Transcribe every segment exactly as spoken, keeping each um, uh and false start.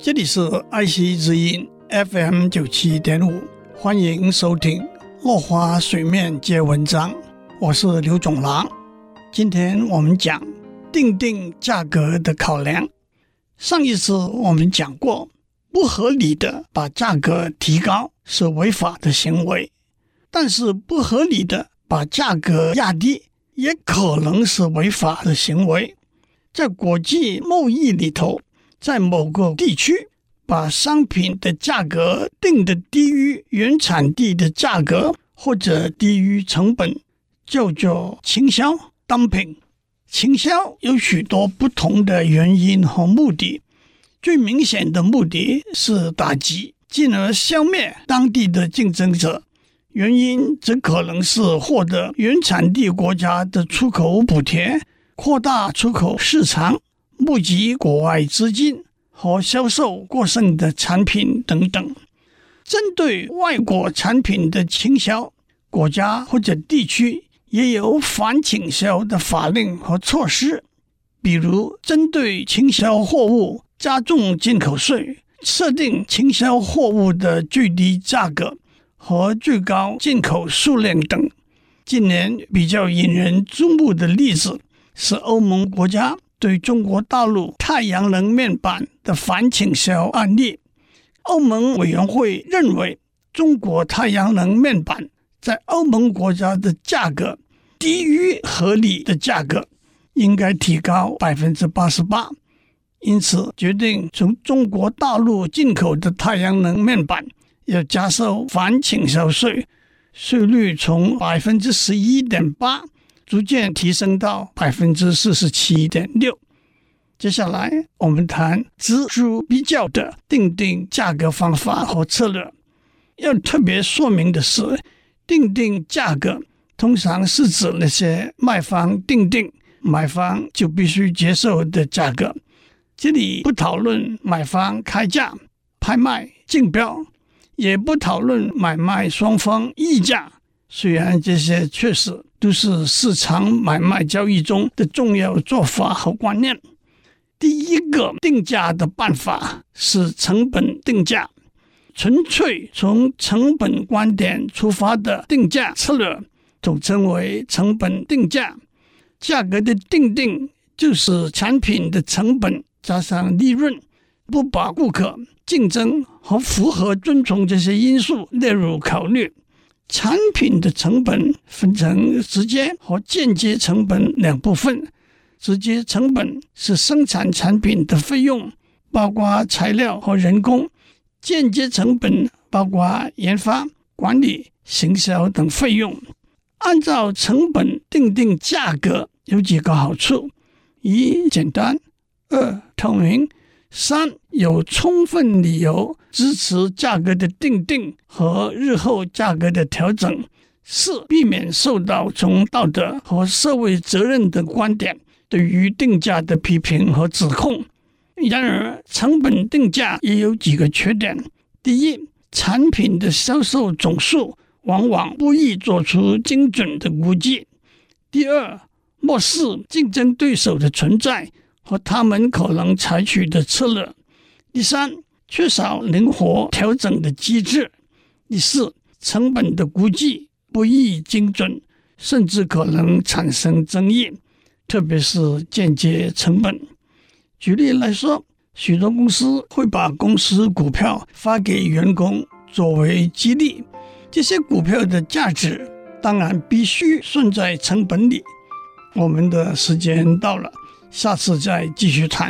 这里是爱惜之音 F M 九十七点五， 欢迎收听落花水面皆文章，我是刘总郎。今天我们讲定定价格的考量。上一次我们讲过，不合理的把价格提高是违法的行为，但是不合理的把价格压低也可能是违法的行为。在国际贸易里头，在某个地区把商品的价格定得低于原产地的价格或者低于成本，叫做倾销 dumping。 倾销有许多不同的原因和目的，最明显的目的是打击，进而消灭当地的竞争者，原因则可能是获得原产地国家的出口补贴，扩大出口市场，募集国外资金和销售过剩的产品等等。针对外国产品的倾销，国家或者地区也有反倾销的法令和措施，比如针对倾销货物加重进口税，设定倾销货物的最低价格和最高进口数量等。近年比较引人注目的例子是欧盟国家对中国大陆太阳能面板的反倾销案例。欧盟委员会认为，中国太阳能面板在欧盟国家的价格低于合理的价格，应该提高 百分之八十八， 因此决定从中国大陆进口的太阳能面板要加收反倾销税，税率从 百分之十一点八逐渐提升到 百分之四十七点六。 接下来我们谈锱铢比较的定定价格方法和策略。要特别说明的是，定定价格通常是指那些卖方定定，买方就必须接受的价格。这里不讨论买方开价、拍卖、竞标，也不讨论买卖双方议价，虽然这些确实都是市场买卖交易中的重要做法和观念。第一个定价的办法是成本定价，纯粹从成本观点出发的定价策略统称为成本定价。价格的定定就是产品的成本加上利润，不把顾客、竞争和符合遵从这些因素列入考虑。产品的成本分成直接和间接成本两部分。直接成本是生产产品的费用，包括材料和人工；间接成本包括研发、管理、行销等费用。按照成本定定价格有几个好处：一、简单；二、透明；三、有充分理由支持价格的定定和日后价格的调整；四、避免受到从道德和社会责任的观点对于定价的批评和指控。然而，成本定价也有几个缺点：第一，产品的销售总数往往不易做出精准的估计；第二，漠视竞争对手的存在和他们可能采取的策略；第三，缺少灵活调整的机制；第四，成本的估计不易精准，甚至可能产生争议，特别是间接成本。举例来说，许多公司会把公司股票发给员工作为激励，这些股票的价值当然必须算在成本里。我们的时间到了，下次再继续谈。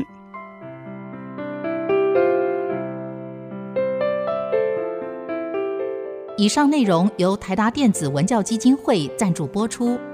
以上内容由台达电子文教基金会赞助播出。